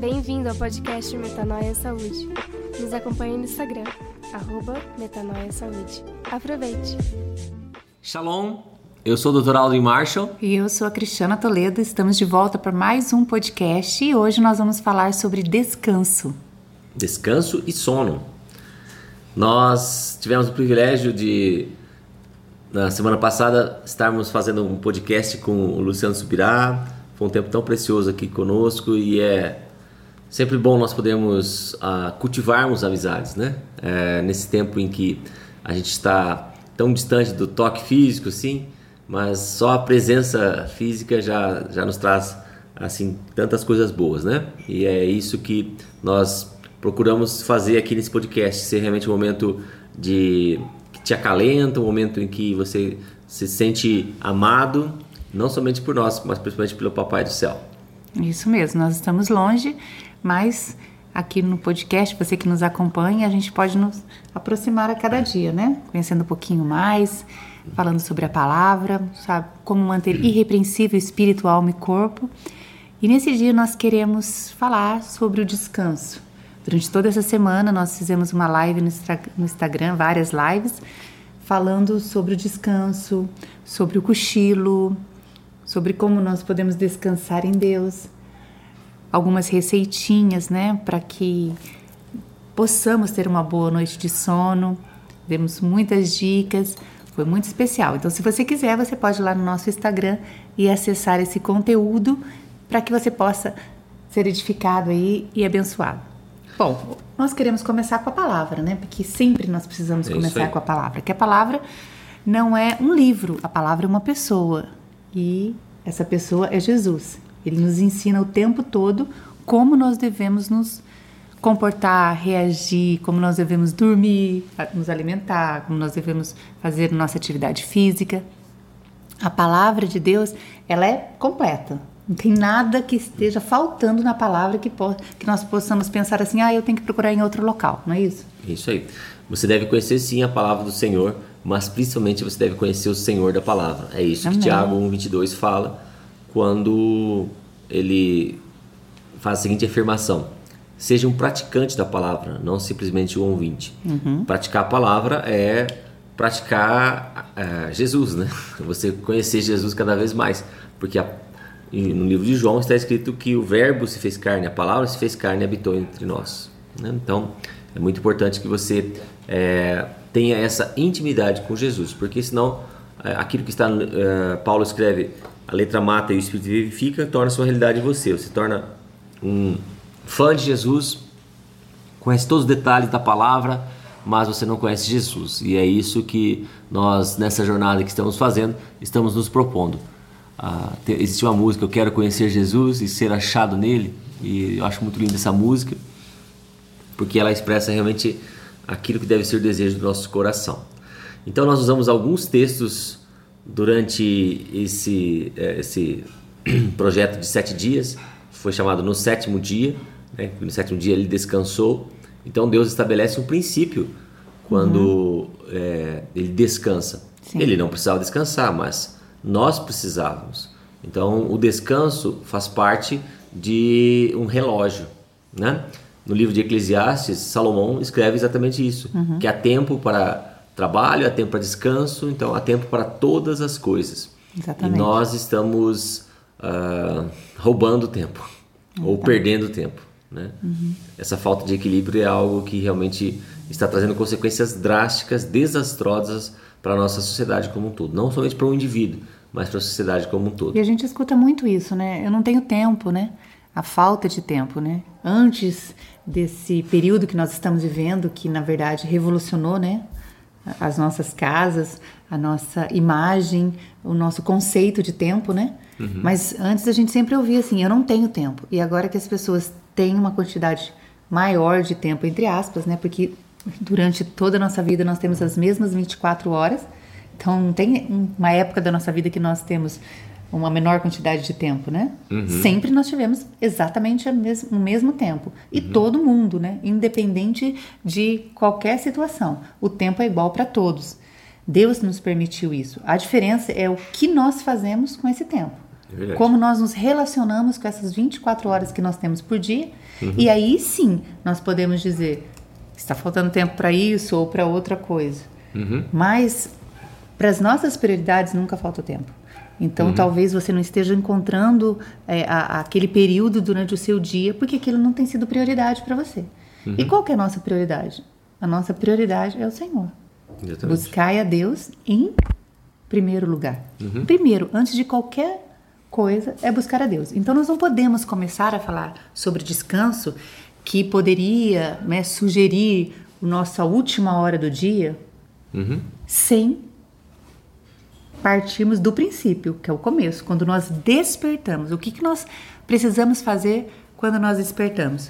Bem-vindo ao podcast Metanoia Saúde. Nos acompanhe no Instagram, @Metanoia Saúde. Aproveite! Shalom, eu sou o Dr. Aldrin Marshall. E eu sou a Cristiana Toledo, estamos de volta para mais um podcast e hoje nós vamos falar sobre descanso. Descanso e sono. Nós tivemos o privilégio de, na semana passada, estarmos fazendo um podcast com o Luciano Subirá. Foi um tempo tão precioso aqui conosco e é sempre bom nós podermos cultivarmos amizades, né? Nesse tempo em que a gente está tão distante do toque físico, assim, mas só a presença física já nos traz assim tantas coisas boas, né? E é isso que nós procuramos fazer aqui nesse podcast, ser realmente um momento que te acalenta, um momento em que você se sente amado, não somente por nós, mas principalmente pelo Papai do Céu. Isso mesmo, nós estamos longe, mas aqui no podcast, você que nos acompanha, a gente pode nos aproximar a cada dia, né? Conhecendo um pouquinho mais, falando sobre a palavra, sabe? Como manter irrepreensível espírito, alma e corpo. E nesse dia nós queremos falar sobre o descanso. Durante toda essa semana nós fizemos uma live no Instagram, várias lives, falando sobre o descanso, sobre o cochilo, sobre como nós podemos descansar em Deus, algumas receitinhas, né, para que possamos ter uma boa noite de sono. Demos muitas dicas, foi muito especial. Então, se você quiser, você pode ir lá no nosso Instagram e acessar esse conteúdo para que você possa ser edificado aí e abençoado. Bom, nós queremos começar com a palavra, né, porque sempre nós precisamos começar com a palavra, que a palavra não é um livro, a palavra é uma pessoa. E essa pessoa é Jesus. Ele nos ensina o tempo todo como nós devemos nos comportar, reagir, como nós devemos dormir, nos alimentar, como nós devemos fazer nossa atividade física. A palavra de Deus, ela é completa. Não tem nada que esteja faltando na palavra que nós possamos pensar assim, eu tenho que procurar em outro local, não é isso? Isso aí. Você deve conhecer sim a palavra do Senhor, mas principalmente você deve conhecer o Senhor da palavra. É isso que Tiago 1,22 fala quando ele faz a seguinte afirmação: seja um praticante da palavra, não simplesmente um ouvinte. Praticar a palavra é praticar Jesus, né? Você conhecer Jesus cada vez mais, porque no livro de João está escrito que o verbo se fez carne, a palavra se fez carne e habitou entre nós, né? Então é muito importante que você tenha essa intimidade com Jesus, porque senão aquilo que está Paulo escreve, a letra mata e o Espírito vivifica, torna-se uma realidade em você. Você torna um fã de Jesus, conhece todos os detalhes da palavra, mas você não conhece Jesus. E é isso que nós, nessa jornada que estamos fazendo, estamos nos propondo. Existe uma música, Eu Quero Conhecer Jesus e Ser Achado Nele, e eu acho muito linda essa música, porque ela expressa realmente aquilo que deve ser o desejo do nosso coração. Então nós usamos alguns textos durante esse projeto de 7 dias, foi chamado No Sétimo Dia, né? No sétimo dia ele descansou. Então Deus estabelece um princípio quando ele descansa. Sim. Ele não precisava descansar, mas nós precisávamos. Então o descanso faz parte de um relógio, né? No livro de Eclesiastes, Salomão escreve exatamente isso, que há tempo para trabalho, há tempo para descanso, então há tempo para todas as coisas. Exatamente. E nós estamos roubando tempo, ou perdendo tempo, né? Essa falta de equilíbrio é algo que realmente está trazendo consequências drásticas, desastrosas para a nossa sociedade como um todo. Não somente para o indivíduo, mas para a sociedade como um todo. E a gente escuta muito isso, né? Eu não tenho tempo, né? A falta de tempo, né? Antes desse período que nós estamos vivendo, que na verdade revolucionou, né? As nossas casas, a nossa imagem, o nosso conceito de tempo, né? Mas antes a gente sempre ouvia assim, eu não tenho tempo. E agora que as pessoas têm uma quantidade maior de tempo, entre aspas, né? Porque durante toda a nossa vida nós temos as mesmas 24 horas. Então não tem uma época da nossa vida que nós temos uma menor quantidade de tempo, né? Sempre nós tivemos exatamente o mesmo tempo. E todo mundo, né? Independente de qualquer situação. O tempo é igual para todos. Deus nos permitiu isso. A diferença é o que nós fazemos com esse tempo. Como nós nos relacionamos com essas 24 horas que nós temos por dia. E aí sim, nós podemos dizer, está faltando tempo para isso ou para outra coisa. Mas para as nossas prioridades nunca falta tempo. Então talvez você não esteja encontrando aquele período durante o seu dia porque aquilo não tem sido prioridade para você. E qual que é a nossa prioridade? A nossa prioridade é o Senhor. Exatamente. Buscai a Deus em primeiro lugar. Primeiro, antes de qualquer coisa, é buscar a Deus. Então nós não podemos começar a falar sobre descanso que poderia, né, sugerir a nossa última hora do dia sem partirmos do princípio, que é o começo, quando nós despertamos. O que nós precisamos fazer quando nós despertamos?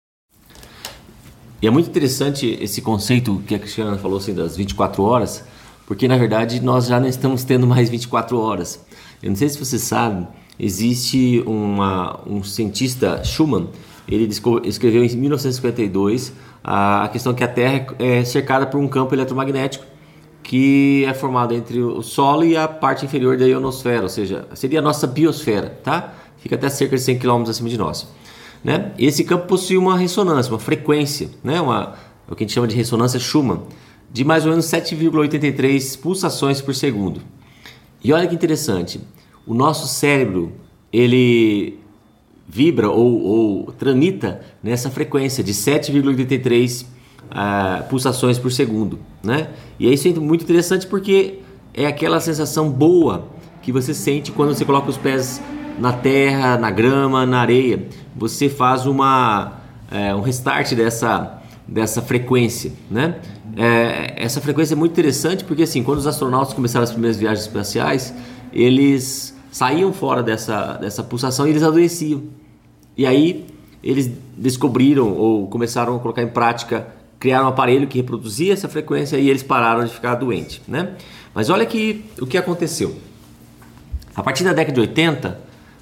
E é muito interessante esse conceito que a Cristiana falou assim, das 24 horas, porque na verdade nós já não estamos tendo mais 24 horas. Eu não sei se você sabe, existe um cientista, Schumann, ele escreveu em 1952 a questão que a Terra é cercada por um campo eletromagnético que é formado entre o Solo e a parte inferior da ionosfera, ou seja, seria a nossa biosfera, tá? Fica até cerca de 100 km acima de nós. Né? Esse campo possui uma ressonância, uma frequência, né? O que a gente chama de ressonância Schumann, de mais ou menos 7,83 pulsações por segundo. E olha que interessante, o nosso cérebro, ele vibra ou tramita nessa frequência de 7,83 pulsações por segundo, né? E isso é muito interessante porque é aquela sensação boa que você sente quando você coloca os pés na terra, na grama, na areia. Você faz um restart dessa frequência, né? Essa frequência é muito interessante porque assim, quando os astronautas começaram as primeiras viagens espaciais, eles saíam fora dessa pulsação e eles adoeciam. E aí eles descobriram ou começaram a colocar em prática, criaram um aparelho que reproduzia essa frequência e eles pararam de ficar doentes, né? Mas olha o que aconteceu. A partir da década de 80,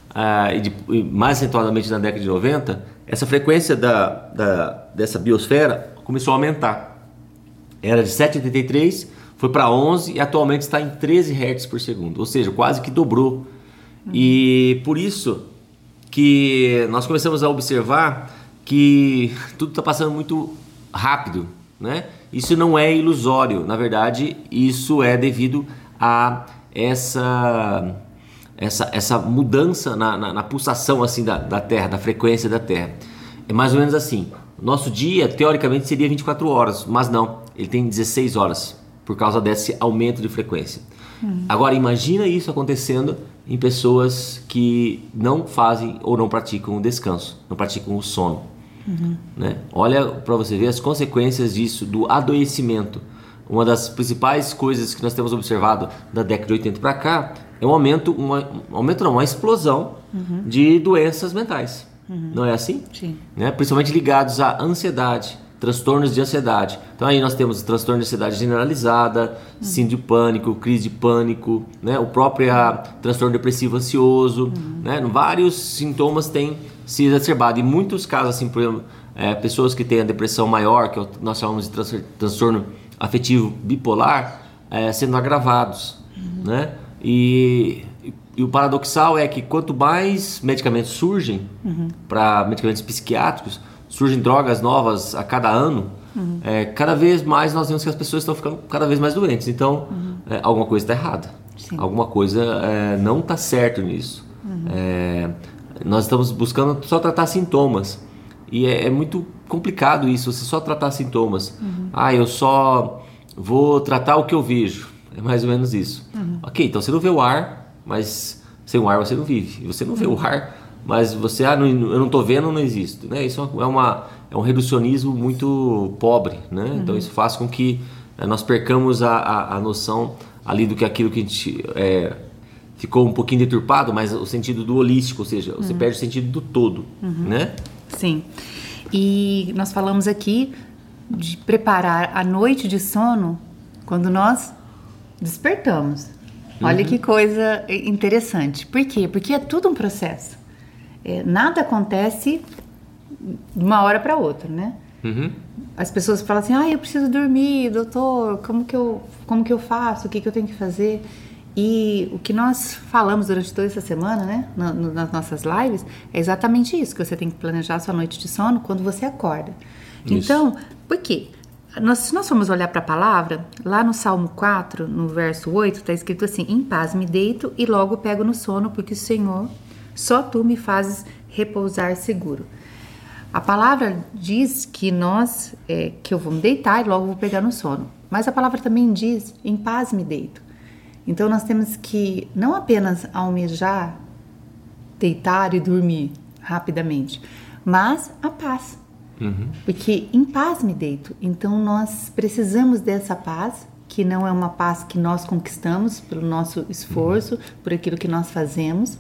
e mais acentuadamente na década de 90, essa frequência dessa biosfera começou a aumentar. Era de 7,83, foi para 11 e atualmente está em 13 Hz por segundo, ou seja, quase que dobrou. E por isso que nós começamos a observar que tudo está passando muito rápido, né? Isso não é ilusório, na verdade, isso é devido a essa mudança na pulsação assim da Terra, da frequência da Terra. É mais ou menos assim, nosso dia teoricamente seria 24 horas, mas não, ele tem 16 horas por causa desse aumento de frequência. Agora imagina isso acontecendo em pessoas que não fazem ou não praticam o descanso, não praticam o sono. Né? Olha para você ver as consequências disso, do adoecimento. Uma das principais coisas que nós temos observado da década de 80 para cá é uma explosão de doenças mentais. Não é assim? Sim. Né? Principalmente ligados à ansiedade, transtornos de ansiedade. Então aí nós temos transtorno de ansiedade generalizada, síndrome de pânico, crise de pânico, né? O próprio transtorno depressivo ansioso, né? Vários sintomas têm se exacerbado. Em muitos casos, assim, por exemplo, pessoas que têm a depressão maior, que nós chamamos de transtorno afetivo bipolar, sendo agravados, né? E o paradoxal é que quanto mais medicamentos surgem, para medicamentos psiquiátricos, surgem drogas novas a cada ano, cada vez mais nós vemos que as pessoas estão ficando cada vez mais doentes. Então, alguma coisa está errada. Sim. Alguma coisa não está certo nisso. Nós estamos buscando só tratar sintomas. E é muito complicado isso, você só tratar sintomas. Eu só vou tratar o que eu vejo. É mais ou menos isso. Ok, então você não vê o ar, mas sem o ar você não vive. Você não vê o ar, mas você, eu não estou vendo, não existo. Né? Isso é um reducionismo muito pobre. Né? Então isso faz com que nós percamos a noção ali do que aquilo que a gente... ficou um pouquinho deturpado, mas o sentido do holístico, ou seja, você perde o sentido do todo, né? Sim. E nós falamos aqui de preparar a noite de sono quando nós despertamos. Olha que coisa interessante. Por quê? Porque é tudo um processo. Nada acontece de uma hora para outra, né? As pessoas falam assim, eu preciso dormir, doutor, como que eu faço? O que eu tenho que fazer? E o que nós falamos durante toda essa semana, né, nas nossas lives, é exatamente isso, que você tem que planejar a sua noite de sono quando você acorda. Isso. Então, por quê? Se nós formos olhar para a palavra, lá no Salmo 4, no verso 8, está escrito assim: em paz me deito e logo pego no sono, porque o Senhor, só tu me fazes repousar seguro. A palavra diz que que eu vou me deitar e logo vou pegar no sono. Mas a palavra também diz: em paz me deito. Então nós temos que não apenas almejar, deitar e dormir rapidamente, mas a paz. Porque em paz me deito. Então nós precisamos dessa paz, que não é uma paz que nós conquistamos pelo nosso esforço, por aquilo que nós fazemos,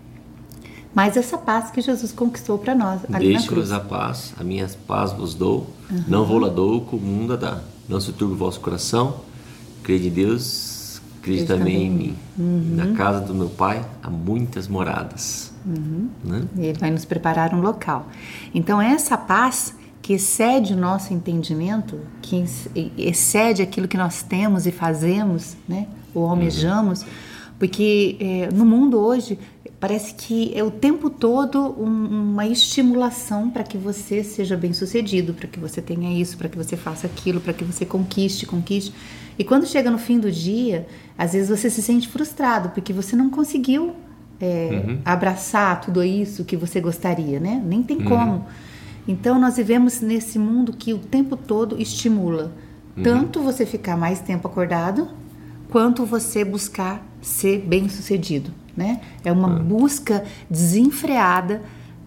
mas essa paz que Jesus conquistou para nós ali na cruz. Deixe-vos a paz, a minha paz vos dou, não vou-la dou como o mundo a dá. Não se turbe o vosso coração, crede em Deus, crede também em mim. Na casa do meu Pai há muitas moradas. Né? Ele vai nos preparar um local. Então essa paz que excede o nosso entendimento, que excede aquilo que nós temos e fazemos, né? Ou almejamos, porque no mundo hoje parece que é o tempo todo uma estimulação para que você seja bem-sucedido, para que você tenha isso, para que você faça aquilo, para que você conquiste. E quando chega no fim do dia, às vezes você se sente frustrado, porque você não conseguiu abraçar tudo isso que você gostaria, né? Nem tem como. Então nós vivemos nesse mundo que o tempo todo estimula tanto você ficar mais tempo acordado, quanto você buscar ser bem-sucedido, né? É uma busca desenfreada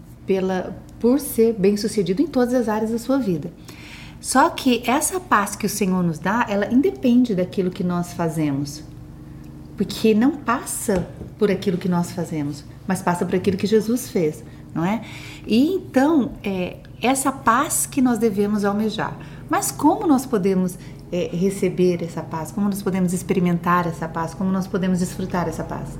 por ser bem-sucedido em todas as áreas da sua vida. Só que essa paz que o Senhor nos dá, ela independe daquilo que nós fazemos. Porque não passa por aquilo que nós fazemos, mas passa por aquilo que Jesus fez, não é? E então, essa paz que nós devemos almejar. Mas como nós podemos receber essa paz? Como nós podemos experimentar essa paz? Como nós podemos desfrutar essa paz?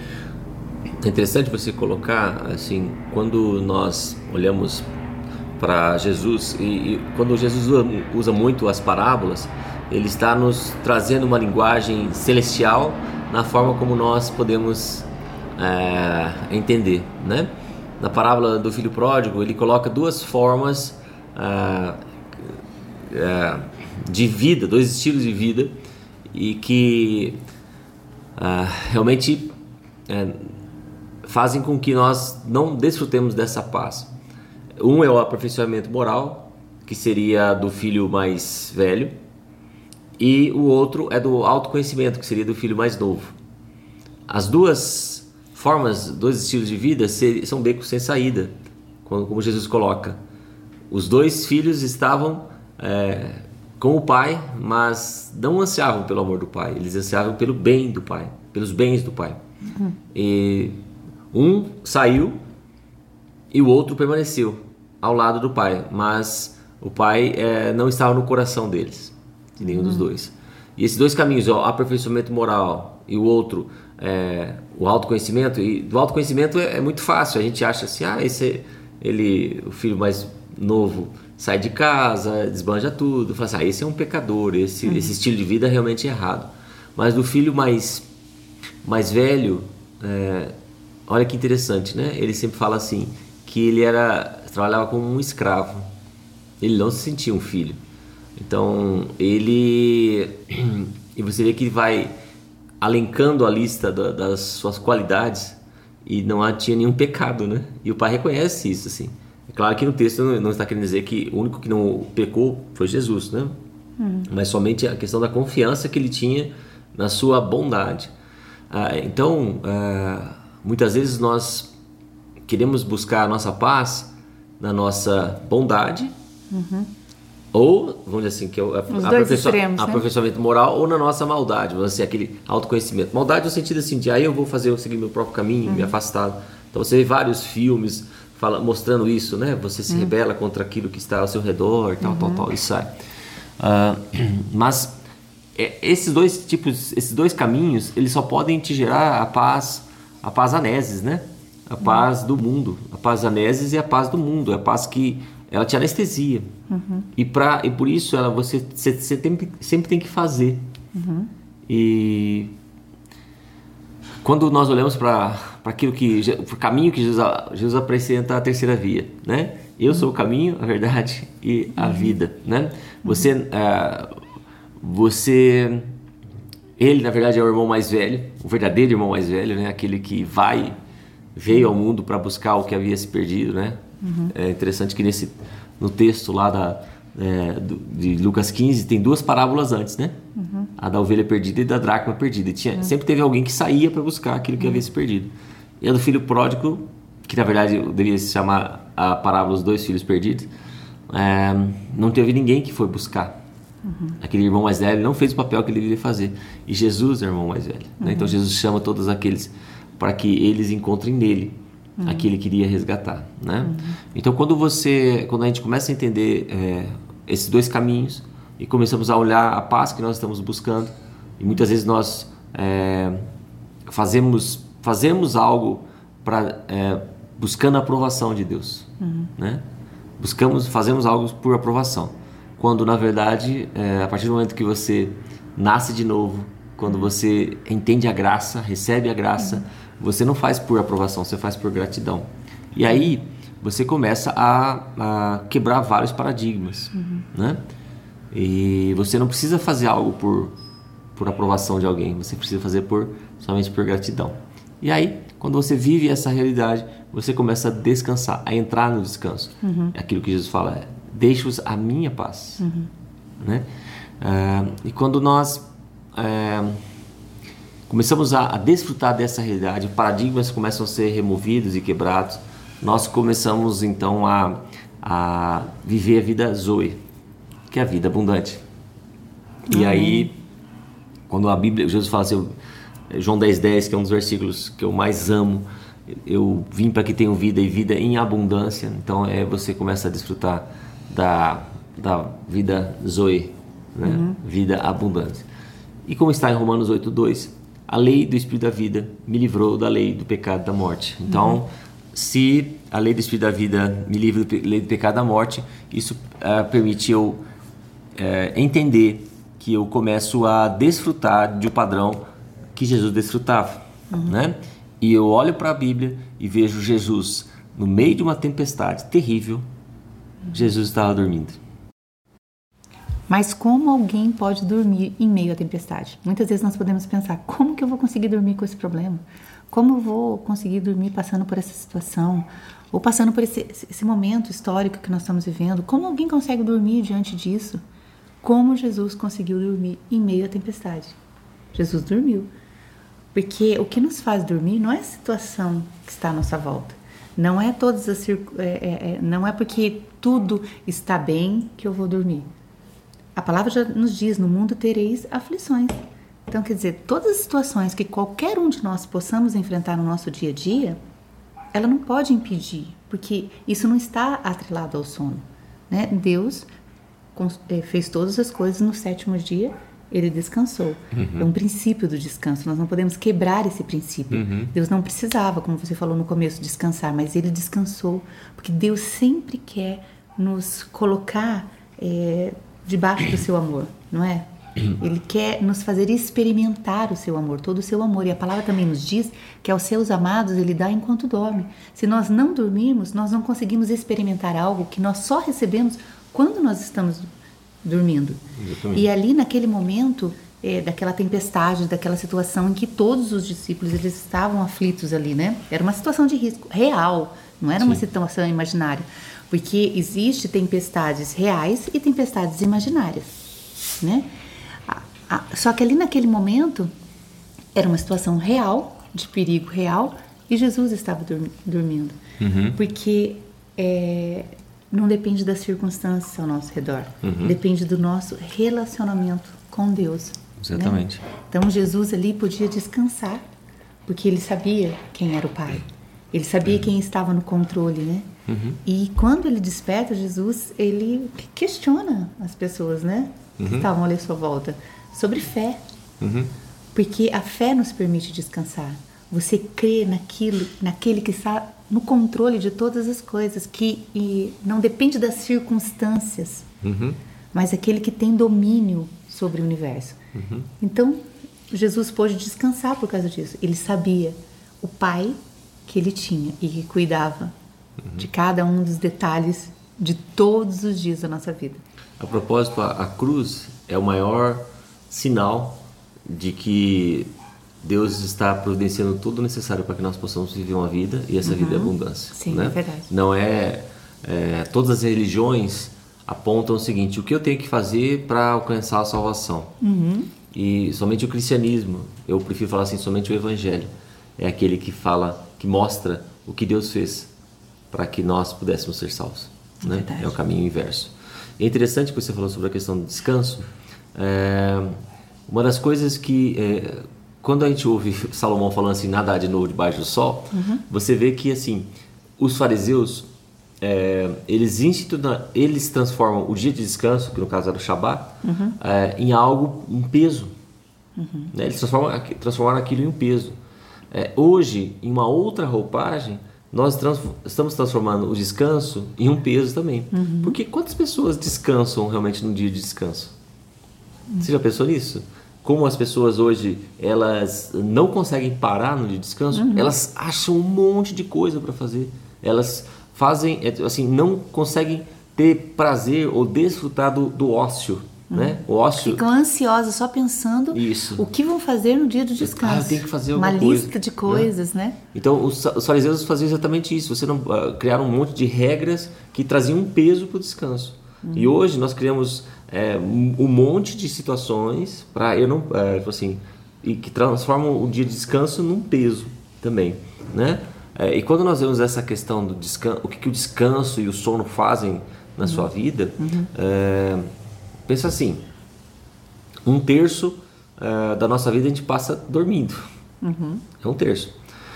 É interessante você colocar, assim, quando nós olhamos para Jesus, e quando Jesus usa muito as parábolas, ele está nos trazendo uma linguagem celestial na forma como nós podemos entender, né? Na parábola do filho pródigo, ele coloca duas formas de vida, dois estilos de vida, e que realmente fazem com que nós não desfrutemos dessa paz. Um é o aperfeiçoamento moral, que seria do filho mais velho, e o outro é do autoconhecimento, que seria do filho mais novo. As duas formas, dois estilos de vida são becos sem saída, como Jesus coloca. Os dois filhos estavam com o pai, mas não ansiavam pelo amor do pai, eles ansiavam pelo bem do pai, pelos bens do pai. E um saiu e o outro permaneceu ao lado do pai, mas o pai não estava no coração deles, de nenhum dos dois. E esses dois caminhos, o aperfeiçoamento moral e o outro, o autoconhecimento, e do autoconhecimento é muito fácil, a gente acha assim, o filho mais novo sai de casa, desbanja tudo, fala assim, esse é um pecador, esse estilo de vida é realmente errado. Mas do filho mais velho, olha que interessante, né? Ele sempre fala assim, que ele trabalhava como um escravo, ele não se sentia um filho. Então e você vê que ele vai alencando a lista das suas qualidades e não tinha nenhum pecado, né? E o pai reconhece isso, assim. É claro que no texto não está querendo dizer que o único que não pecou foi Jesus, né? Mas somente a questão da confiança que ele tinha na sua bondade. Então, muitas vezes nós queremos buscar a nossa paz na nossa bondade, ou, vamos dizer assim, que é o aperfeiçoamento moral, ou na nossa maldade, vamos dizer, aquele autoconhecimento. Maldade no sentido assim, de eu vou seguir meu próprio caminho, me afastar. Então você vê vários filmes mostrando isso, né? Você se rebela contra aquilo que está ao seu redor, tal, e sai. Mas esses dois caminhos, eles só podem te gerar a paz aneses, né? A paz do mundo, a paz aneses e a paz do mundo, a paz que ela te anestesia. E por isso você sempre tem que fazer. E quando nós olhamos para aquilo o caminho que Jesus apresenta a terceira via, né? Eu sou o caminho, a verdade e a vida, né? Ele na verdade é o irmão mais velho, o verdadeiro irmão mais velho, né? Aquele que veio ao mundo para buscar o que havia se perdido, né? É interessante que no texto lá de Lucas 15 tem duas parábolas antes, né? A da ovelha perdida e da dracma perdida. Sempre teve alguém que saía para buscar aquilo que havia se perdido. E a do filho pródigo, que na verdade deveria se chamar a parábola dos dois filhos perdidos, não teve ninguém que foi buscar. Aquele irmão mais velho não fez o papel que ele deveria fazer. E Jesus é o irmão mais velho, né? Então Jesus chama todos aqueles para que eles encontrem nele aquele que iria resgatar, né? Então quando a gente começa a entender esses dois caminhos e começamos a olhar a paz que nós estamos buscando, e muitas vezes nós fazemos algo buscando a aprovação de Deus, né? Fazemos algo por aprovação, quando na verdade a partir do momento que você nasce de novo, quando você entende a graça, recebe a graça, você não faz por aprovação, você faz por gratidão. E aí você começa a quebrar vários paradigmas, né? E você não precisa fazer algo por aprovação de alguém, você precisa fazer somente por gratidão. E aí, quando você vive essa realidade, você começa a descansar, a entrar no descanso. É aquilo que Jesus fala, deixa-os a minha paz, né? E quando nós começamos a desfrutar dessa realidade, paradigmas começam a ser removidos e quebrados, nós começamos então a viver a vida Zoe, que é a vida abundante. E aí, quando a Bíblia, Jesus fala assim, João 10:10, que é um dos versículos que eu mais amo, eu vim para que tenham vida e vida em abundância. Então você começa a desfrutar da vida Zoe, né? Vida abundante. E como está em Romanos 8:2, a lei do Espírito da vida me livrou da lei do pecado e da morte. Então, se a lei do Espírito da vida me livra da lei do pecado e da morte, isso permite eu entender que eu começo a desfrutar de um padrão que Jesus desfrutava, né? E eu olho para a Bíblia e vejo Jesus no meio de uma tempestade terrível. Jesus estava dormindo. Mas como alguém pode dormir em meio à tempestade? Muitas vezes nós podemos pensar, como que eu vou conseguir dormir com esse problema? Como eu vou conseguir dormir passando por essa situação? Ou passando por esse momento histórico que nós estamos vivendo? Como alguém consegue dormir diante disso? Como Jesus conseguiu dormir em meio à tempestade? Jesus dormiu. Porque o que nos faz dormir não é a situação que está à nossa volta. Não é não é porque tudo está bem que eu vou dormir. A palavra já nos diz, no mundo tereis aflições. Então, quer dizer, todas as situações que qualquer um de nós possamos enfrentar no nosso dia a dia, ela não pode impedir, porque isso não está atrelado ao sono, né? Deus fez todas as coisas no sétimo dia, ele descansou. É um princípio do descanso, nós não podemos quebrar esse princípio. Deus não precisava, como você falou no começo, descansar, mas ele descansou, porque Deus sempre quer nos colocar debaixo do seu amor, não é? Ele quer nos fazer experimentar o seu amor, todo o seu amor. E a palavra também nos diz que aos seus amados ele dá enquanto dorme. Se nós não dormirmos, nós não conseguimos experimentar algo que nós só recebemos quando nós estamos dormindo. Exatamente. E ali naquele momento daquela tempestade, daquela situação em que todos os discípulos eles estavam aflitos ali, né? Era uma situação de risco real, não era uma situação imaginária. Porque existe tempestades reais e tempestades imaginárias, né? Só que ali naquele momento era uma situação real, de perigo real, e Jesus estava dormindo. Porque não depende das circunstâncias ao nosso redor, depende do nosso relacionamento com Deus. Exatamente. Né? Então Jesus ali podia descansar, porque ele sabia quem era o Pai, ele sabia quem estava no controle, né? E quando ele desperta, Jesus, ele questiona as pessoas, né? Que estavam ali à sua volta, sobre fé. Porque a fé nos permite descansar. Você crê naquele que está no controle de todas as coisas, que não depende das circunstâncias, mas aquele que tem domínio sobre o universo. Então, Jesus pôde descansar por causa disso. Ele sabia o Pai que ele tinha e que cuidava de cada um dos detalhes de todos os dias da nossa vida. A propósito, a cruz é o maior sinal de que Deus está providenciando tudo o necessário para que nós possamos viver uma vida, e essa vida é abundância. Sim, né? é verdade. Não todas as religiões apontam o seguinte: o que eu tenho que fazer para alcançar a salvação? E somente o cristianismo, eu prefiro falar assim, somente o evangelho é aquele que fala, que mostra o que Deus fez para que nós pudéssemos ser salvos. Né? É o caminho inverso. É interessante que você falou sobre a questão do descanso. Uma das coisas que quando a gente ouve Salomão falando assim, nada de novo debaixo do sol, você vê que assim, os fariseus eles transformam o dia de descanso, que no caso era o Shabat, em algo, um peso. Né? Eles transformaram aquilo em um peso. Hoje, em uma outra roupagem, nós estamos transformando o descanso em um peso também. Porque quantas pessoas descansam realmente no dia de descanso? Você já pensou nisso? Como as pessoas hoje, elas não conseguem parar no dia de descanso, elas acham um monte de coisa para fazer. Elas fazem, assim, não conseguem ter prazer ou desfrutar do ócio. Né? O ócio. Ficam ansiosas só pensando o que vão fazer no dia do descanso. Eu tenho que fazer uma coisa, lista de coisas, né? Então os fariseus faziam exatamente isso. Você não criaram um monte de regras que traziam um peso para o descanso. E hoje nós criamos um monte de situações para e que transformam o dia de descanso num peso também, né? E quando nós vemos essa questão do descanso, o que o descanso e o sono fazem na sua vida, pensa assim, 1/3 da nossa vida a gente passa dormindo. É 1/3.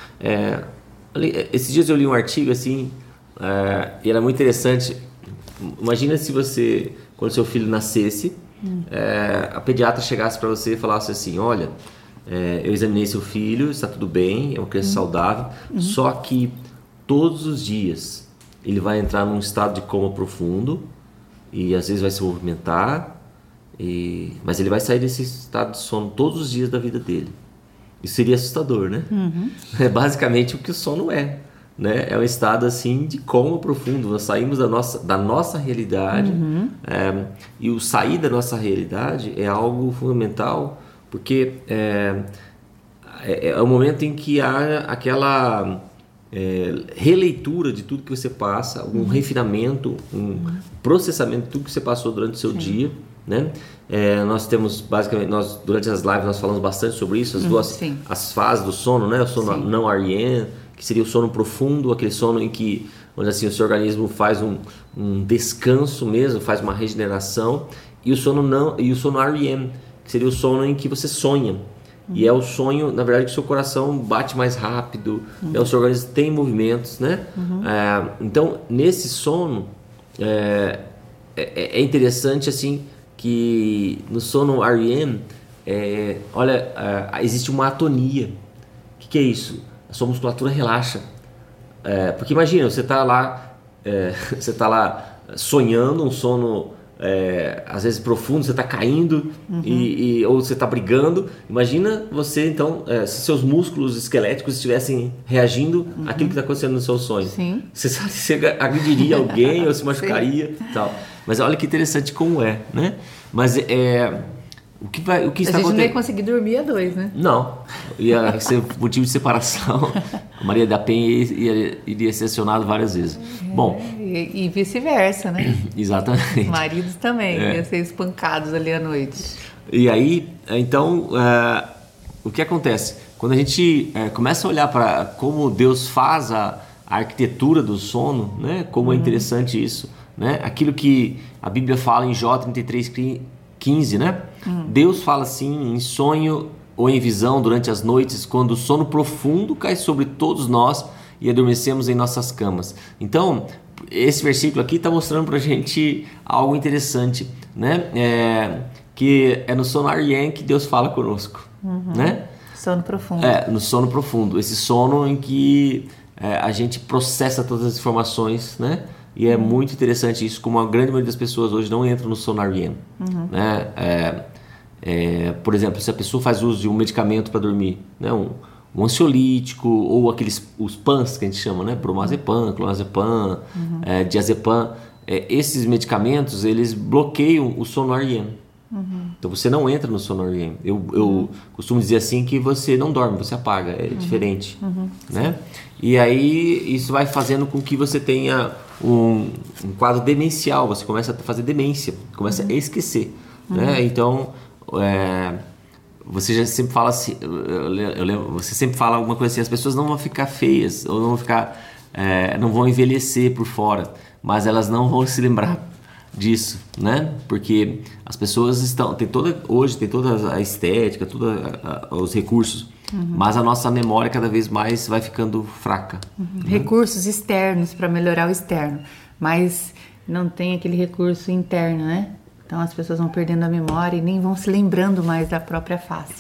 Esses dias eu li um artigo assim, e era muito interessante. Imagina se você, quando seu filho nascesse, a pediatra chegasse para você e falasse assim: olha, eu examinei seu filho, está tudo bem, é uma criança saudável, só que todos os dias ele vai entrar num estado de coma profundo, e às vezes vai se movimentar, mas ele vai sair desse estado de sono todos os dias da vida dele. Isso seria assustador, né? É basicamente o que o sono é, né? É um estado assim de coma profundo. Nós saímos da nossa realidade, e o sair da nossa realidade é algo fundamental, porque é o momento em que há aquela releitura de tudo que você passa, um refinamento, um processamento de tudo que você passou durante o seu dia, né? Nós temos basicamente, durante as lives nós falamos bastante sobre isso, as fases do sono, né? O sono não REM, que seria o sono profundo, aquele sono em que, onde assim, o seu organismo faz um descanso mesmo, faz uma regeneração, e o sono REM, que seria o sono em que você sonha. E é o sonho, na verdade, que o seu coração bate mais rápido, o seu organismo tem movimentos, né? Então, nesse sono, é interessante, assim, que no sono REM, existe uma atonia. O que é isso? A sua musculatura relaxa. Porque imagina, você está lá sonhando, um sono às vezes profundo, você está caindo ou você está brigando. Imagina você então, se seus músculos esqueléticos estivessem reagindo àquilo que está acontecendo no seu sonho. Você agrediria alguém ou se machucaria, tal. Mas olha que interessante como né? Mas o que está acontecendo? A gente não ia conseguir dormir a dois, né? Não, ia ser motivo de separação. A Maria da Penha iria ser acionada várias vezes. Bom, e vice-versa, né? Exatamente. Os maridos também iam ser espancados ali à noite. E aí, então, o que acontece? Quando a gente começa a olhar para como Deus faz a arquitetura do sono, né? Como é interessante isso, né? Aquilo que a Bíblia fala em Jó 33:15, né? Deus fala assim: em sonho ou em visão durante as noites, quando o sono profundo cai sobre todos nós e adormecemos em nossas camas. Então, esse versículo aqui está mostrando para a gente algo interessante, né? Que é no sono REM que Deus fala conosco, né? Sono profundo. No sono profundo. Esse sono em que a gente processa todas as informações, né? E é muito interessante isso, como a grande maioria das pessoas hoje não entra no sono REM, né? Por exemplo, se a pessoa faz uso de um medicamento para dormir, né? Um ansiolítico ou os PANs que a gente chama, né? Bromazepam, clonazepam, diazepam. Esses medicamentos, eles bloqueiam o sono REM. Então você não entra no sono REM. Eu costumo dizer assim que você não dorme, você apaga, é diferente, né? E aí isso vai fazendo com que você tenha um quadro demencial, você começa a fazer demência, começa a esquecer, né? Então você já sempre fala assim, eu lembro, você sempre fala alguma coisa assim, as pessoas não vão ficar feias ou não vão ficar, não vão envelhecer por fora, mas elas não vão se lembrar disso, né? Porque as pessoas hoje tem toda a estética, todos os recursos, mas a nossa memória cada vez mais vai ficando fraca. Recursos externos para melhorar o externo, mas não tem aquele recurso interno, né? Então as pessoas vão perdendo a memória e nem vão se lembrando mais da própria face.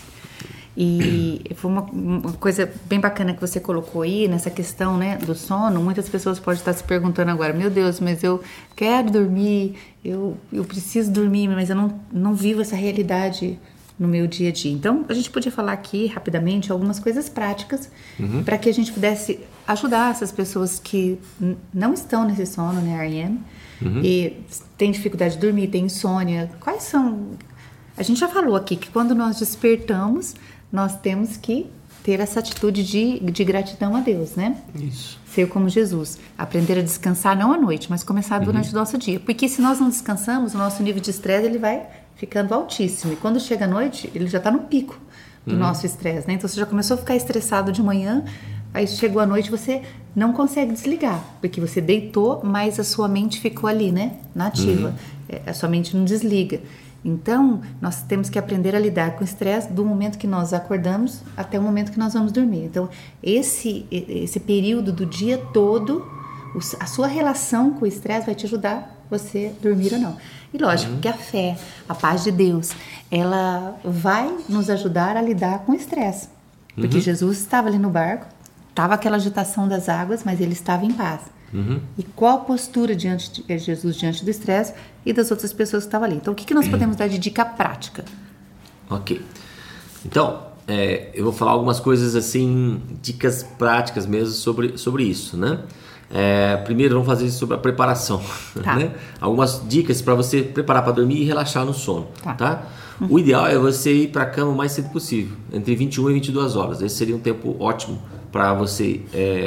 E foi uma coisa bem bacana que você colocou aí nessa questão, né, do sono. Muitas pessoas podem estar se perguntando agora: meu Deus, mas eu quero dormir, eu preciso dormir, mas eu não vivo essa realidade no meu dia a dia. Então a gente podia falar aqui rapidamente algumas coisas práticas para que a gente pudesse ajudar essas pessoas que não estão nesse sono, né, REM, e tem dificuldade de dormir, tem insônia. Quais são? A gente já falou aqui que quando nós despertamos, nós temos que ter essa atitude de gratidão a Deus, né? Isso. Ser como Jesus. Aprender a descansar não à noite, mas começar durante o nosso dia. Porque se nós não descansamos, o nosso nível de estresse ele vai ficando altíssimo. E quando chega a noite, ele já está no pico do nosso estresse, né? Então você já começou a ficar estressado de manhã, aí chegou a noite você não consegue desligar. Porque você deitou, mas a sua mente ficou ali, né? Na ativa. A sua mente não desliga. Então, nós temos que aprender a lidar com o estresse do momento que nós acordamos até o momento que nós vamos dormir. Então, esse período do dia todo, a sua relação com o estresse vai te ajudar você dormir ou não. E lógico que a fé, a paz de Deus, ela vai nos ajudar a lidar com o estresse. Porque Jesus estava ali no barco, estava aquela agitação das águas, mas ele estava em paz. E qual a postura de Jesus diante do estresse e das outras pessoas que estavam ali? Então, o que nós podemos dar de dica prática? Ok. Então, eu vou falar algumas coisas assim, dicas práticas mesmo sobre isso, né? Primeiro, vamos fazer sobre a preparação. Tá. Né? Algumas dicas para você preparar para dormir e relaxar no sono. Tá? O ideal é você ir para a cama o mais cedo possível, entre 21 e 22 horas. Esse seria um tempo ótimo para você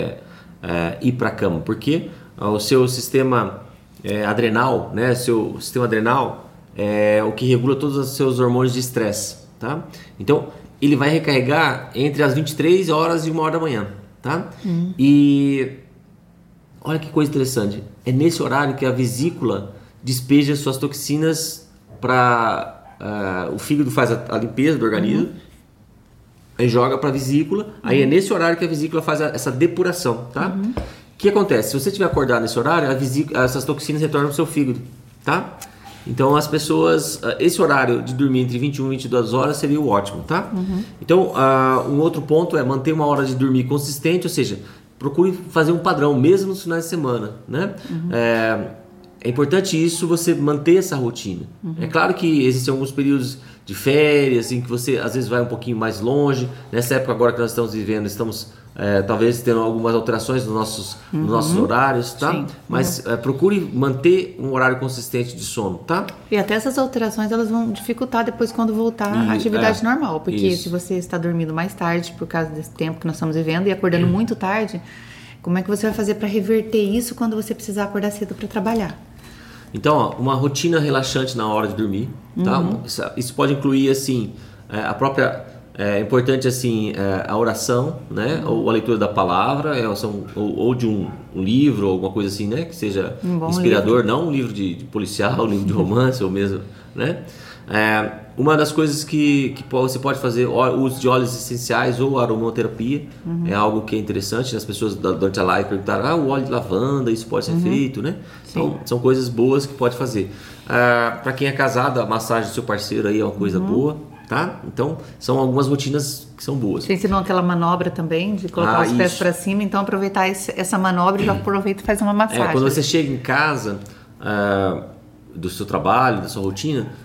ir para a cama, porque o seu sistema adrenal, né, seu sistema adrenal é o que regula todos os seus hormônios de estresse, tá? Então, ele vai recarregar entre as 23 horas e 1 hora da manhã, tá? E olha que coisa interessante, é nesse horário que a vesícula despeja suas toxinas para o fígado faz a limpeza do organismo, aí joga para a vesícula, aí é nesse horário que a vesícula faz essa depuração, tá? O que acontece? Se você estiver acordado nesse horário, essas toxinas retornam para o seu fígado, tá? Então as pessoas, esse horário de dormir entre 21 e 22 horas seria o ótimo, tá? Então um outro ponto é manter uma hora de dormir consistente, ou seja, procure fazer um padrão, mesmo nos finais de semana, né? É importante isso, você manter essa rotina. É claro que existem alguns períodos de férias em que você às vezes vai um pouquinho mais longe. Nessa época agora que nós estamos vivendo, estamos talvez tendo algumas alterações nos nossos horários, tá? Sim. Mas procure manter um horário consistente de sono, tá? E até essas alterações elas vão dificultar depois quando voltar à atividade normal. Porque se você está dormindo mais tarde por causa desse tempo que nós estamos vivendo e acordando muito tarde, como é que você vai fazer para reverter isso quando você precisar acordar cedo para trabalhar? Então, uma rotina relaxante na hora de dormir, tá? Isso pode incluir, assim, a própria... É importante, assim, a oração, né? Ou a leitura da palavra, ou de um livro, ou alguma coisa assim, né? Que seja inspirador, livro. Não um livro de policial, um livro de romance, ou mesmo, né? Uma das coisas que você pode fazer, o uso de óleos essenciais ou aromaterapia, é algo que é interessante. As pessoas durante a live perguntaram, o óleo de lavanda, isso pode ser feito, né? Então, são coisas boas que pode fazer. Para quem é casado, a massagem do seu parceiro aí é uma coisa boa, tá? Então, são algumas rotinas que são boas. Você ensinou aquela manobra também, de colocar os pés para cima, então aproveitar essa manobra e já aproveita e faz uma massagem. Quando você chega em casa do seu trabalho, da sua rotina,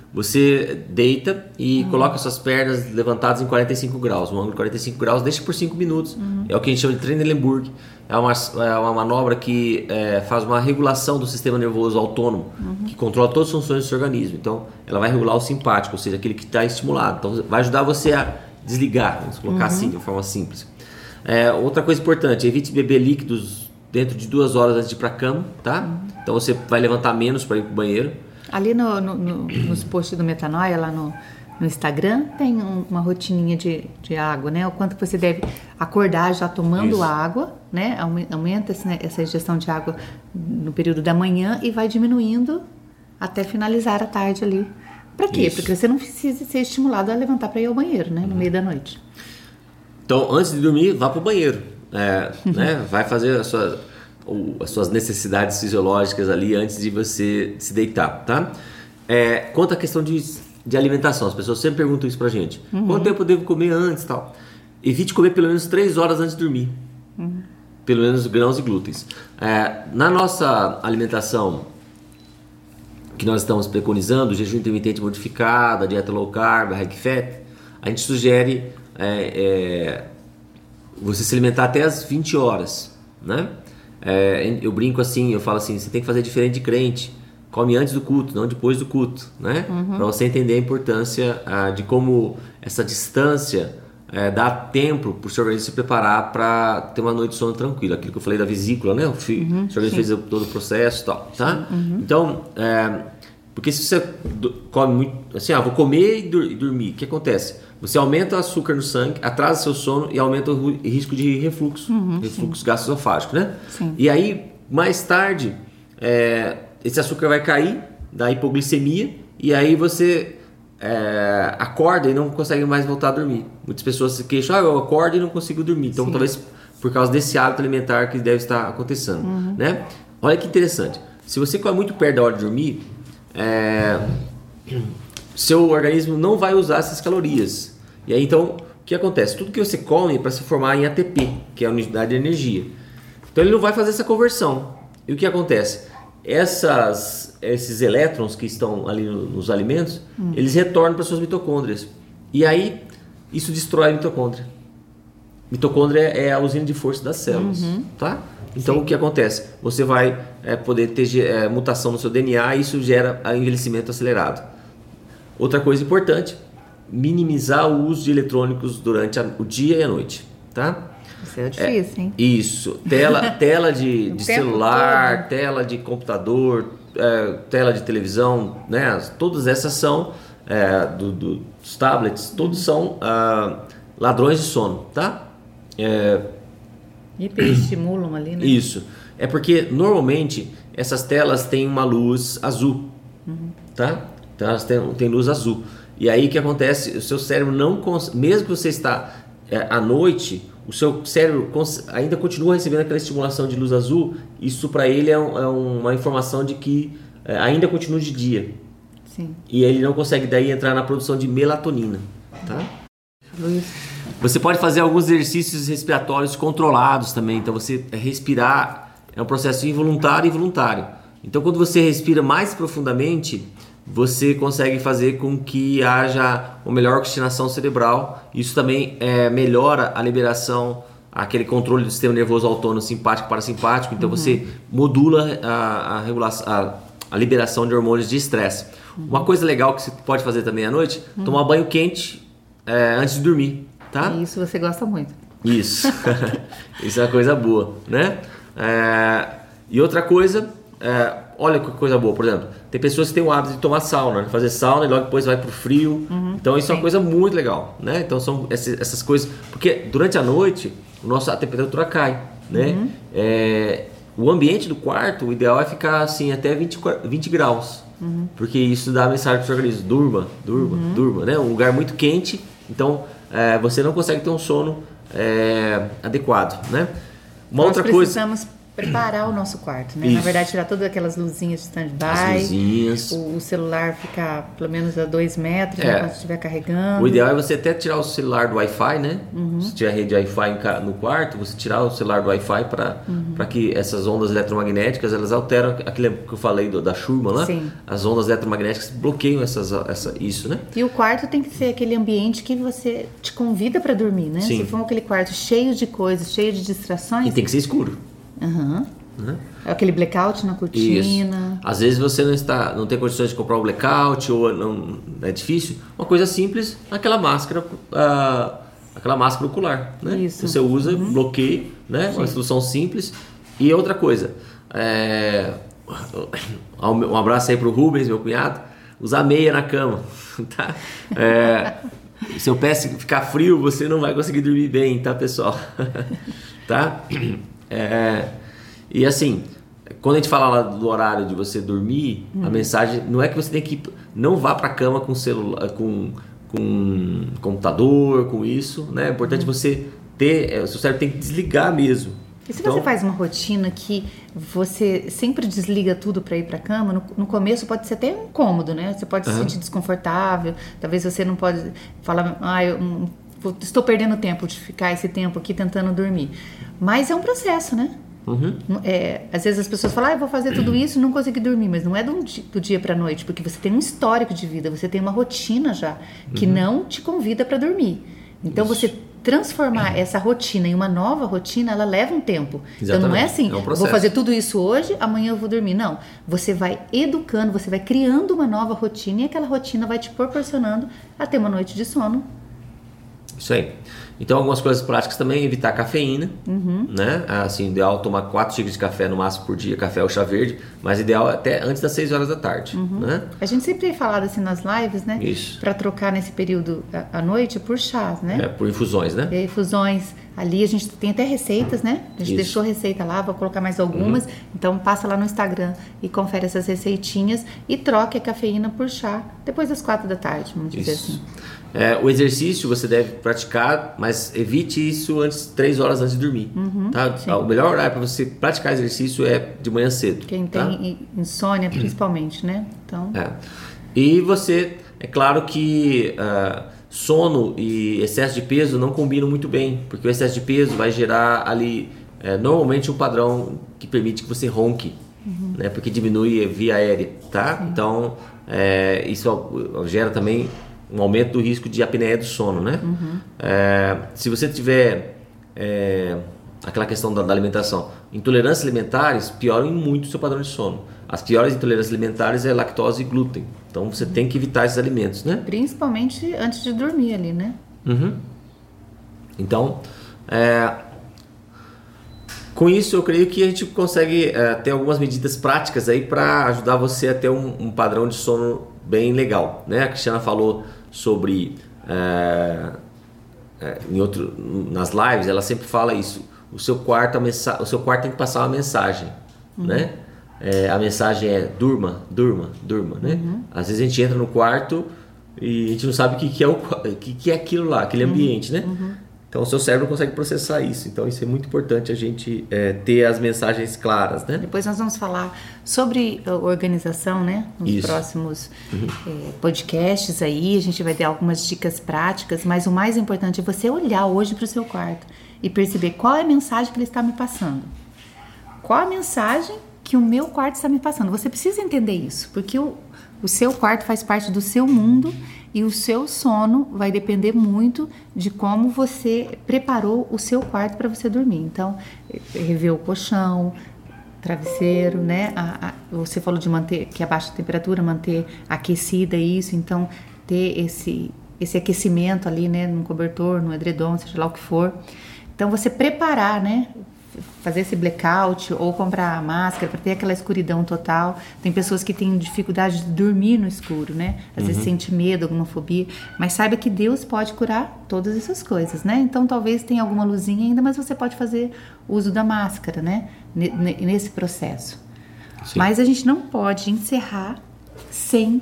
Você deita e coloca suas pernas levantadas em 45 graus, um ângulo de 45 graus, deixa por 5 minutos. É o que a gente chama de Trendelenburg. É uma manobra que faz uma regulação do sistema nervoso autônomo, que controla todas as funções do seu organismo. Então, ela vai regular o simpático, ou seja, aquele que está estimulado. Então, vai ajudar você a desligar, vamos colocar assim, de uma forma simples. Outra coisa importante, evite beber líquidos dentro de 2 horas antes de ir para a cama, tá? Então, você vai levantar menos para ir para o banheiro. Ali nos posts do Metanoia, lá no Instagram, tem uma rotininha de água, né? O quanto você deve acordar já tomando água, né? Aumenta essa ingestão de água no período da manhã e vai diminuindo até finalizar a tarde ali. Para quê? Isso. Porque você não precisa ser estimulado a levantar para ir ao banheiro, né? No meio da noite. Então, antes de dormir, vá para o banheiro. Né? Vai fazer as suas necessidades fisiológicas ali antes de você se deitar, tá? Quanto à questão de alimentação, as pessoas sempre perguntam isso pra gente. Quanto tempo eu devo comer antes e tal? Evite comer pelo menos 3 horas antes de dormir. Pelo menos grãos e glútens. Na nossa alimentação que nós estamos preconizando, o jejum intermitente modificado, a dieta low carb, high fat, a gente sugere você se alimentar até as 20 horas, né? Eu brinco assim, eu falo assim, você tem que fazer diferente de crente. Come antes do culto, não depois do culto, né? Para você entender a importância de como essa distância dá tempo para o seu organismo se preparar para ter uma noite de sono tranquila. Aquilo que eu falei da vesícula, né? O seu organismo fez todo o processo e tal, tá? Então, porque se você come muito, assim, vou comer e dormir, o que acontece? Você aumenta o açúcar no sangue, atrasa seu sono e aumenta o risco de refluxo, refluxo gastroesofágico, né? Sim. E aí, mais tarde, esse açúcar vai cair da hipoglicemia e aí você acorda e não consegue mais voltar a dormir. Muitas pessoas se queixam, eu acordo e não consigo dormir. Então, talvez por causa desse hábito alimentar que deve estar acontecendo, né? Olha que interessante. Se você come muito perto da hora de dormir, seu organismo não vai usar essas calorias. E aí, então, o que acontece? Tudo que você come é para se formar em ATP, que é a unidade de energia. Então, ele não vai fazer essa conversão. E o que acontece? Esses elétrons que estão ali nos alimentos, eles retornam para suas mitocôndrias. E aí, isso destrói a mitocôndria. Mitocôndria é a usina de força das células, tá? Então, o que acontece? Você vai poder ter mutação no seu DNA e isso gera envelhecimento acelerado. Outra coisa importante, minimizar o uso de eletrônicos durante o dia e a noite, tá? Isso é difícil, hein? Isso. Tela de celular, tela de computador, tela de televisão, né? Todas essas são, dos tablets, todos são ladrões de sono, tá? Hiperestimulam ali, né? Isso. É porque, normalmente, essas telas têm uma luz azul, tá? Então, elas têm luz azul. E aí, o que acontece? O seu cérebro não consegue... Mesmo que você está à noite, o seu cérebro ainda continua recebendo aquela estimulação de luz azul. Isso, para ele, é uma informação de que ainda continua de dia. Sim. E ele não consegue, daí, entrar na produção de melatonina, tá? Luiz. Você pode fazer alguns exercícios respiratórios controlados também. Então, você respirar é um processo involuntário e voluntário. Então, quando você respira mais profundamente, você consegue fazer com que haja uma melhor oxigenação cerebral. Isso também melhora a liberação, aquele controle do sistema nervoso autônomo simpático e parasimpático. Então, você modula a liberação de hormônios de estresse. Uma coisa legal que você pode fazer também à noite, tomar banho quente antes de dormir. Tá? Isso você gosta muito. Isso. Isso é uma coisa boa, né? E outra coisa, olha que coisa boa, por exemplo, tem pessoas que têm o hábito de tomar sauna, fazer sauna e logo depois vai pro frio. Então isso é uma coisa muito legal, né? Então são essas coisas, porque durante a noite a temperatura cai, né? O ambiente do quarto, o ideal é ficar assim até 20 graus, porque isso dá a mensagem pro seu organismo, durma, né? Um lugar muito quente, então você não consegue ter um sono adequado, né? Uma outra coisa... Precisamos preparar o nosso quarto, né? Isso. Na verdade, tirar todas aquelas luzinhas de stand-by. As luzinhas. O celular ficar pelo menos a 2 metros, né, quando estiver carregando. O ideal é você até tirar o celular do Wi-Fi, né? Se tiver rede Wi-Fi no quarto, você tirar o celular do Wi-Fi para que essas ondas eletromagnéticas, elas alteram aquilo que eu falei da Schumann lá. Sim. As ondas eletromagnéticas bloqueiam isso, né? E o quarto tem que ser aquele ambiente que você te convida para dormir, né? Sim. Se for aquele quarto cheio de coisas, cheio de distrações... E tem que ser escuro. Né? É aquele blackout na cortina. Isso. Às vezes você não tem condições de comprar um blackout ou não é difícil. Uma coisa simples, aquela máscara ocular, né? Isso. Você usa, bloqueia, né? Uma instrução simples. E outra coisa, um abraço aí pro Rubens, meu cunhado, usar meia na cama, tá? Se o pé ficar frio, você não vai conseguir dormir bem, tá, pessoal? Tá? E assim, quando a gente fala lá do horário de você dormir, a mensagem não é que você tem que não vá para a cama com celular, com computador, com isso, né? É importante você ter, o seu cérebro tem que desligar mesmo. E se você faz uma rotina que você sempre desliga tudo para ir para a cama, no começo pode ser até incômodo, né? Você pode se sentir desconfortável, talvez você não pode falar, estou perdendo tempo de ficar esse tempo aqui tentando dormir. Mas é um processo, né? Às vezes as pessoas falam, eu vou fazer tudo isso e não consegui dormir, mas não é do dia para a noite, porque você tem um histórico de vida, você tem uma rotina já que não te convida para dormir. Então você transformar essa rotina em uma nova rotina, ela leva um tempo. Exatamente. Então não é assim, processo. Vou fazer tudo isso hoje, amanhã eu vou dormir. Não, você vai educando, você vai criando uma nova rotina e aquela rotina vai te proporcionando a ter uma noite de sono. Isso aí. Então, algumas coisas práticas também, evitar cafeína, né? Assim, ideal tomar 4 xícaras de café no máximo por dia, café ou chá verde, mas ideal até antes das 6 horas da tarde, né? A gente sempre tem falado assim nas lives, né? Isso. Para trocar nesse período à noite por chás, né? Por infusões, né? Infusões. Ali a gente tem até receitas, né? A gente deixou receita lá, vou colocar mais algumas. Então passa lá no Instagram e confere essas receitinhas e troque a cafeína por chá depois das 4 da tarde, vamos dizer assim. O exercício você deve praticar, mas evite isso 3 horas antes de dormir. Tá? O melhor horário para você praticar exercício é de manhã cedo. Quem tem insônia, principalmente, né? Então... E você, é claro que sono e excesso de peso não combinam muito bem, porque o excesso de peso vai gerar ali normalmente um padrão que permite que você ronque, né? Porque diminui a via aérea, tá? Sim. Então isso gera também um aumento do risco de apneia do sono, né? Se você tiver aquela questão da alimentação, intolerâncias alimentares pioram muito o seu padrão de sono. As piores intolerâncias alimentares é lactose e glúten. Então você tem que evitar esses alimentos, né? Principalmente antes de dormir ali, né? Então, com isso eu creio que a gente consegue ter algumas medidas práticas aí para ajudar você a ter um padrão de sono bem legal, né? A Cristiana falou sobre nas lives, ela sempre fala isso. O seu quarto tem que passar uma mensagem, né? A mensagem é durma, né? Às vezes a gente entra no quarto e a gente não sabe o que é aquilo lá, aquele ambiente, né? Então o seu cérebro consegue processar isso. Então isso é muito importante a gente ter as mensagens claras, né? Depois nós vamos falar sobre organização, né? Nos próximos podcasts aí, a gente vai ter algumas dicas práticas, mas o mais importante é você olhar hoje para o seu quarto e perceber qual é a mensagem que ele está me passando. Qual a mensagem que o meu quarto está me passando? Você precisa entender isso, porque o seu quarto faz parte do seu mundo e o seu sono vai depender muito de como você preparou o seu quarto para você dormir. Então, rever o colchão, travesseiro, né? Você falou de manter que a baixa temperatura, manter aquecida isso, então ter esse aquecimento ali, né? No cobertor, no edredom, seja lá o que for. Então, você preparar, né? Fazer esse blackout ou comprar a máscara para ter aquela escuridão total. Tem pessoas que têm dificuldade de dormir no escuro, né? Às vezes sente medo, alguma fobia, mas saiba que Deus pode curar todas essas coisas, né? Então talvez tenha alguma luzinha ainda, mas você pode fazer uso da máscara, né? Nesse processo. Sim. Mas a gente não pode encerrar sem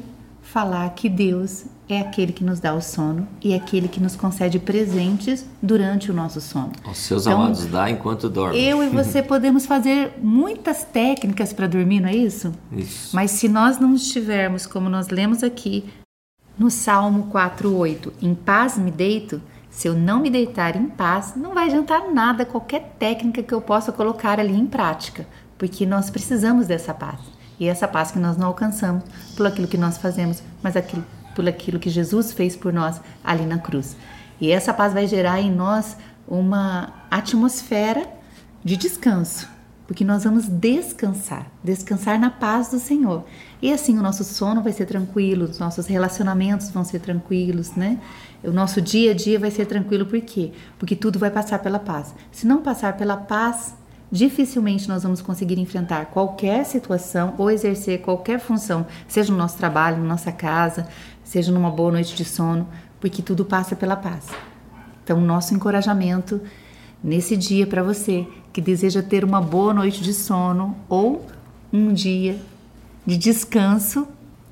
falar que Deus é aquele que nos dá o sono e é aquele que nos concede presentes durante o nosso sono. Os seus amados dá enquanto dorme. Eu e você podemos fazer muitas técnicas para dormir, não é isso? Isso. Mas se nós não estivermos, como nós lemos aqui no Salmo 4:8, em paz me deito, se eu não me deitar em paz, não vai adiantar nada qualquer técnica que eu possa colocar ali em prática, porque nós precisamos dessa paz. E essa paz que nós não alcançamos por aquilo que nós fazemos, mas por aquilo que Jesus fez por nós ali na cruz. E essa paz vai gerar em nós uma atmosfera de descanso, porque nós vamos descansar na paz do Senhor. E assim o nosso sono vai ser tranquilo, os nossos relacionamentos vão ser tranquilos, né? O nosso dia a dia vai ser tranquilo, por quê? Porque tudo vai passar pela paz. Se não passar pela paz, dificilmente nós vamos conseguir enfrentar qualquer situação ou exercer qualquer função, seja no nosso trabalho, na nossa casa, seja numa boa noite de sono, porque tudo passa pela paz. Então, o nosso encorajamento nesse dia para você que deseja ter uma boa noite de sono ou um dia de descanso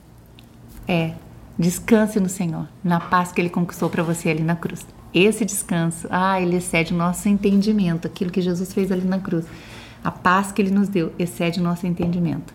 descanse no Senhor, na paz que Ele conquistou para você ali na cruz. Esse descanso, ele excede o nosso entendimento, aquilo que Jesus fez ali na cruz. A paz que Ele nos deu excede o nosso entendimento.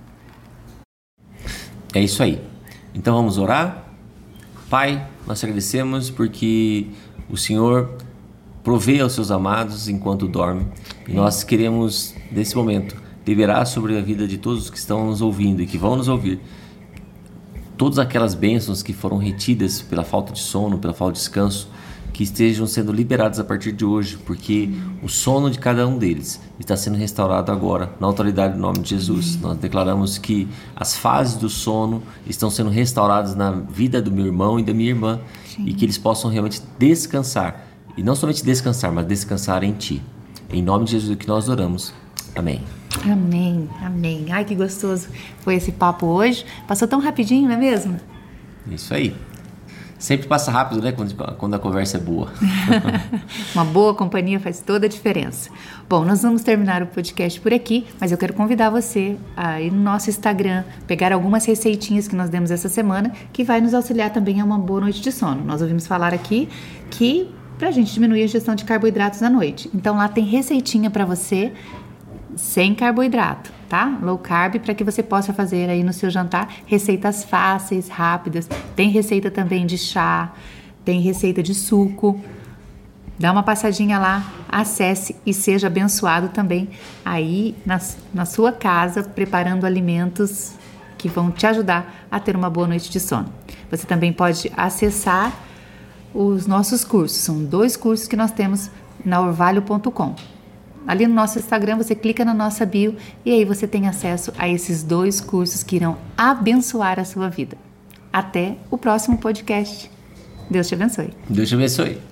É isso aí. Então vamos orar? Pai, nós agradecemos porque o Senhor provê aos seus amados enquanto dorme. E nós queremos, nesse momento, liberar sobre a vida de todos os que estão nos ouvindo e que vão nos ouvir todas aquelas bênçãos que foram retidas pela falta de sono, pela falta de descanso, que estejam sendo liberados a partir de hoje, porque o sono de cada um deles está sendo restaurado agora, na autoridade do nome de Jesus. Nós declaramos que as fases do sono estão sendo restauradas na vida do meu irmão e da minha irmã, e que eles possam realmente descansar, e não somente descansar, mas descansar em Ti. Em nome de Jesus que nós oramos. Amém. Amém, amém. Ai, que gostoso foi esse papo hoje. Passou tão rapidinho, não é mesmo? Isso aí. Sempre passa rápido, né? Quando a conversa é boa. Uma boa companhia faz toda a diferença. Bom, nós vamos terminar o podcast por aqui, mas eu quero convidar você a ir no nosso Instagram, pegar algumas receitinhas que nós demos essa semana, que vai nos auxiliar também a uma boa noite de sono. Nós ouvimos falar aqui que pra gente diminuir a ingestão de carboidratos à noite. Então lá tem receitinha para você sem carboidrato, tá? Low carb, para que você possa fazer aí no seu jantar receitas fáceis, rápidas. Tem receita também de chá, tem receita de suco. Dá uma passadinha lá, acesse e seja abençoado também aí na sua casa, preparando alimentos que vão te ajudar a ter uma boa noite de sono. Você também pode acessar os nossos cursos. São 2 cursos que nós temos na orvalho.com. Ali no nosso Instagram, você clica na nossa bio e aí você tem acesso a esses 2 cursos que irão abençoar a sua vida. Até o próximo podcast. Deus te abençoe. Deus te abençoe.